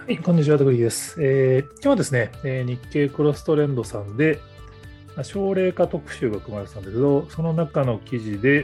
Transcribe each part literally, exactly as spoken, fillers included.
はい、こんにちは、徳井です。えー今日はですね、えー日経クロストレンドさんで、まあ奨励化特集が組まれてたんだけど、その中の記事で、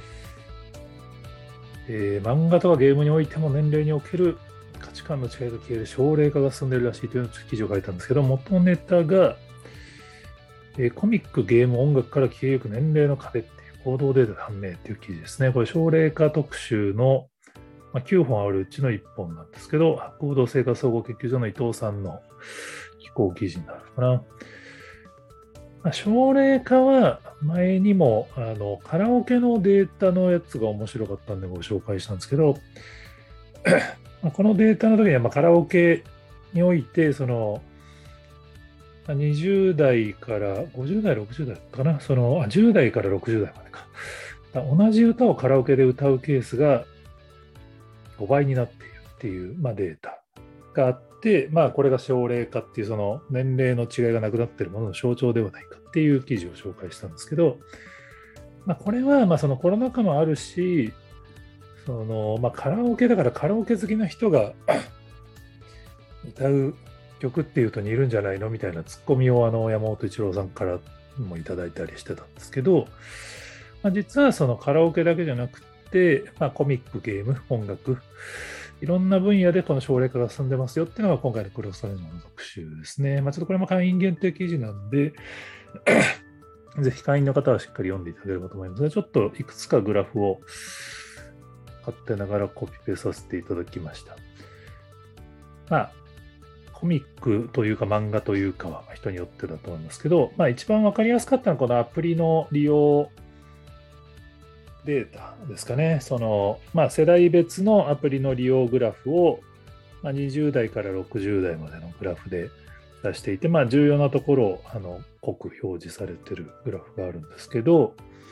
えー漫画とかゲームにおいても年齢における価値観の違いが消える奨励化が進んでいるらしいという記事を書いたんですけど、元ネタが、えーコミック、ゲーム、音楽から消えゆく年齢の壁っていう行動データで判明っていう記事ですね。これ、奨励化特集のまあ、きゅうほんあるうちのいっぽんなんですけど、博報堂生活総合研究所の伊藤さんの寄稿記事になるかな。まあ、奨励化は前にもあのカラオケのデータのやつが面白かったんでご紹介したんですけど、まあこのデータの時にはまあカラオケにおいて、そのまあにじゅう代からごじゅう代、ろくじゅう代かな、そのあじゅう代からろくじゅう代までか。同じ歌をカラオケで歌うケースがごばいになっているっていう、まあ、データがあって、まあ、これが奨励化っていうその年齢の違いがなくなっているものの象徴ではないかっていう記事を紹介したんですけど、まあ、これはまあそのコロナ禍もあるし、そのまあカラオケだからカラオケ好きな人が歌う曲っていうと似るんじゃないのみたいなツッコミをあの山本一郎さんからもいただいたりしてたんですけど、まあ、実はそのカラオケだけじゃなくて、まあ、コミック、ゲーム、音楽、いろんな分野でこの奨励化が進んでますよっていうのが今回のクロストレンドの特集ですね。まあ、ちょっとこれも会員限定記事なんで、ぜひ会員の方はしっかり読んでいただければと思いますが、ちょっといくつかグラフを勝手ながらコピペさせていただきました。まあ、コミックというか漫画というかは人によってだと思いますけど、まあ一番わかりやすかったのはこのアプリの利用データですかね。その、まあ世代別のアプリの利用グラフを、まあ、にじゅう代からろくじゅう代までのグラフで出していて、まあ重要なところをあの濃く表示されているグラフがあるんですけど、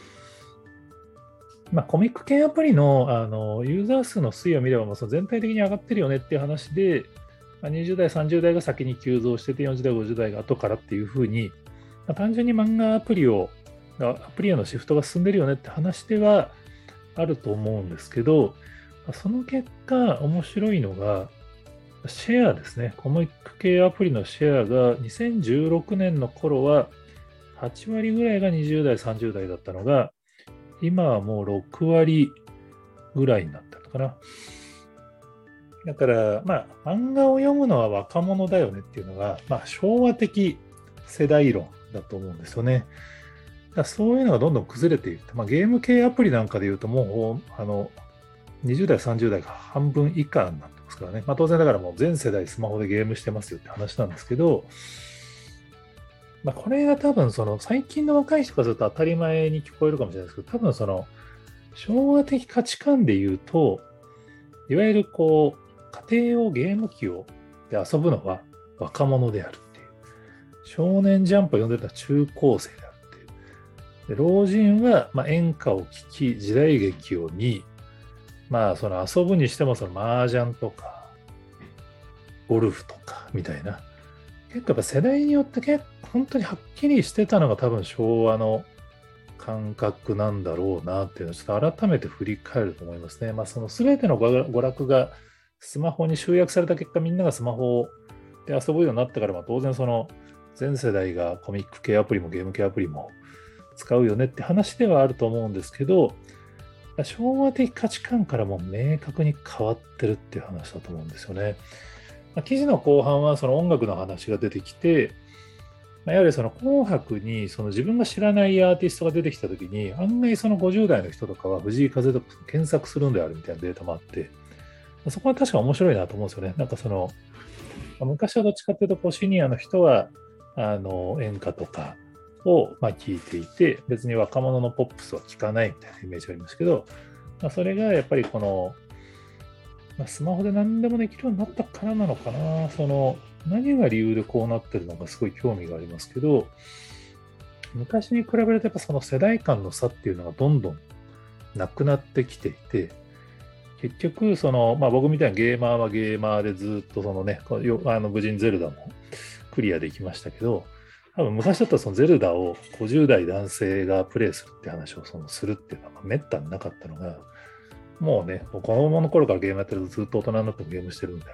まあ、コミック系アプリの、あのユーザー数の推移を見れば、もうその全体的に上がってるよねっていう話で、まあ、にじゅう代、さんじゅう代が先に急増してて、よんじゅう代、ごじゅう代が後からっていうふうに、まあ、単純に漫画アプリを、アプリへのシフトが進んでるよねって話ではあると思うんですけど、その結果、面白いのが、シェアですね。コミック系アプリのシェアがにせんじゅうろくねんの頃ははち割ぐらいがにじゅう代、さんじゅう代だったのが、今はもうろく割ぐらいになったのかな。だから、まあ、漫画を読むのは若者だよねっていうのが、まあ、昭和的世代論だと思うんですよね。だからそういうのがどんどん崩れていって、まあ、ゲーム系アプリなんかで言うと、もう、あの、にじゅう代、さんじゅう代が半分以下になってますからね。まあ、当然だからもう全世代スマホでゲームしてますよって話なんですけど、まあ、これが多分その最近の若い人からすると当たり前に聞こえるかもしれないですけど、多分その昭和的価値観で言うと、いわゆるこう、家庭用ゲーム機をで遊ぶのは若者であるっていう。少年ジャンプを読んでた中高生であるっていう。で老人はまあ演歌を聴き、時代劇を見、まあその遊ぶにしてもその麻雀とか、ゴルフとかみたいな。結構やっぱ世代によって結構本当にはっきりしてたのが多分昭和の感覚なんだろうなっていうのをちょっと改めて振り返ると思いますね。まあその全ての娯楽がスマホに集約された結果、みんながスマホで遊ぶようになったから、まあ当然その全世代がコミック系アプリもゲーム系アプリも使うよねって話ではあると思うんですけど、昭和的価値観からも明確に変わってるっていう話だと思うんですよね。まあ記事の後半はその音楽の話が出てきて、まあやはりその紅白にその自分が知らないアーティストが出てきたときに、案外そのごじゅう代の人とかは藤井風とか検索するんであるみたいなデータもあって、そこは確か面白いなと思うんですよね。なんかその、昔はどっちかっていうとこうシニアの人はあの演歌とかをまあ聞いていて、別に若者のポップスは聞かないみたいなイメージがありますけど、まあ、それがやっぱりこの、まあ、スマホで何でもできるようになったからなのかな。その何が理由でこうなってるのかすごい興味がありますけど、昔に比べるとやっぱその世代間の差っていうのがどんどんなくなってきていて、結局その、まあ、僕みたいなゲーマーはゲーマーでずっとそのね、あの無人ゼルダもクリアできましたけど、多分昔だったらそのゼルダをごじゅう代男性がプレイするって話をそのするっていうのはめったになかったのが、もうね、子供の頃からゲームやってるとずっと大人になってもゲームしてるんだよみたいな。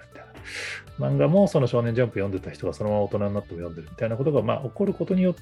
漫画もその少年ジャンプ読んでた人がそのまま大人になっても読んでるみたいなことがまあ起こることによって、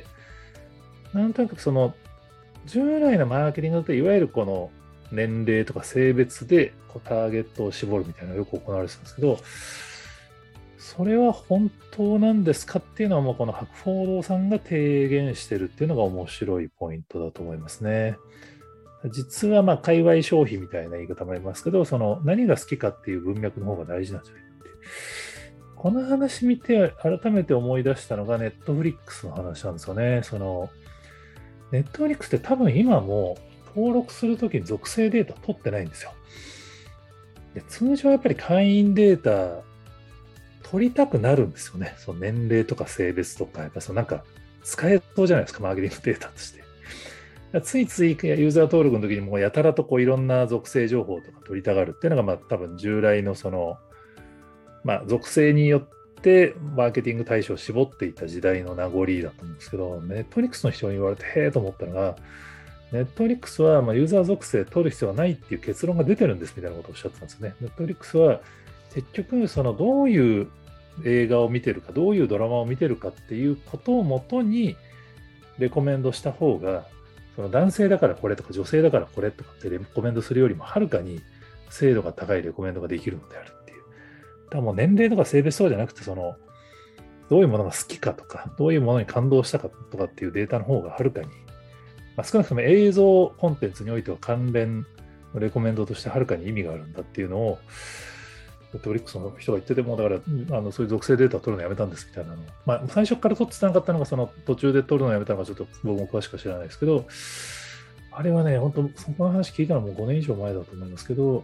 なんとなくその従来のマーケティングだといわゆるこの年齢とか性別でこうターゲットを絞るみたいなのがよく行われてたんですけど、それは本当なんですかっていうのはもうこの博報堂さんが提言してるっていうのが面白いポイントだと思いますね。実はまあ界隈消費みたいな言い方もありますけど、その何が好きかっていう文脈の方が大事なんじゃないかって。この話見て改めて思い出したのがネットフリックスの話なんですよね。そのネットフリックスって多分今も登録するときに属性データ取ってないんですよ。で通常はやっぱり会員データ取りたくなるんですよね。その年齢とか性別とか、やっぱそのなんか使えそうじゃないですか、マーケティングデータとして。ついついユーザー登録の時にもうやたらとこういろんな属性情報とか取りたがるっていうのがまあ多分従来のその、まあ、属性によってマーケティング対象を絞っていた時代の名残だと思うんですけど、ネットフリックスの人に言われてへえと思ったのが、ネットフリックスはまあユーザー属性取る必要はないっていう結論が出てるんですみたいなことをおっしゃってたんですよね。ネットフリックスは結局そのどういう映画を見てるか、どういうドラマを見てるかっていうことをもとにレコメンドした方が、その男性だからこれとか女性だからこれとかってレコメンドするよりもはるかに精度が高いレコメンドができるのであるっていう。だからもう年齢とか性別とかじゃなくて、そのどういうものが好きかとか、どういうものに感動したかとかっていうデータの方がはるかに、まあ、少なくとも映像コンテンツにおいては関連のレコメンドとしてはるかに意味があるんだっていうのを、ネットフリックスの人が言ってても、だからあのそういう属性データを取るのやめたんですみたいなの。まあ、最初から取ってなかったのが、その途中で取るのやめたのか、ちょっと僕も詳しくは知らないですけど、あれはね、本当、そこの話聞いたのもごねん以上前だと思いますけど、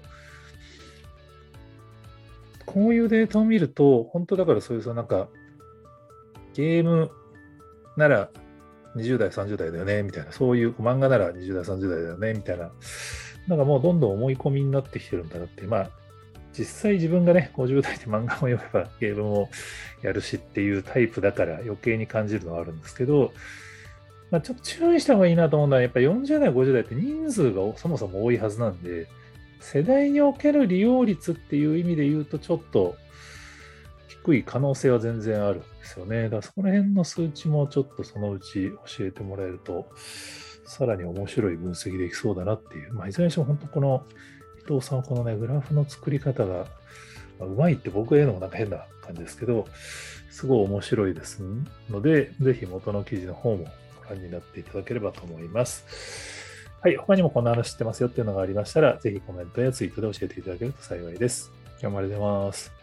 こういうデータを見ると、本当だからそういう、そのなんか、ゲームならにじゅう代、さんじゅう代だよね、みたいな、そういう漫画ならにじゅう代、さんじゅう代だよね、みたいな、なんかもうどんどん思い込みになってきてるんだなって、まあ、実際自分がね、ごじゅう代で漫画も読めばゲームもやるしっていうタイプだから余計に感じるのはあるんですけど、まあ、ちょっと注意した方がいいなと思うのは、やっぱりよんじゅう代、ごじゅう代って人数がそもそも多いはずなんで、世代における利用率っていう意味で言うと、ちょっと低い可能性は全然あるんですよね。だからそこら辺の数値もちょっとそのうち教えてもらえると、さらに面白い分析できそうだなっていう。まあ、いずれにしても本当この伊藤さん、このね、グラフの作り方が、まあ、うまいって僕が言うのもなんか変な感じですけど、すごい面白いですので、ぜひ元の記事の方もご覧になっていただければと思います。はい、他にもこんな話知ってますよっていうのがありましたら、ぜひコメントやツイートで教えていただけると幸いです。今日もありがとうございます。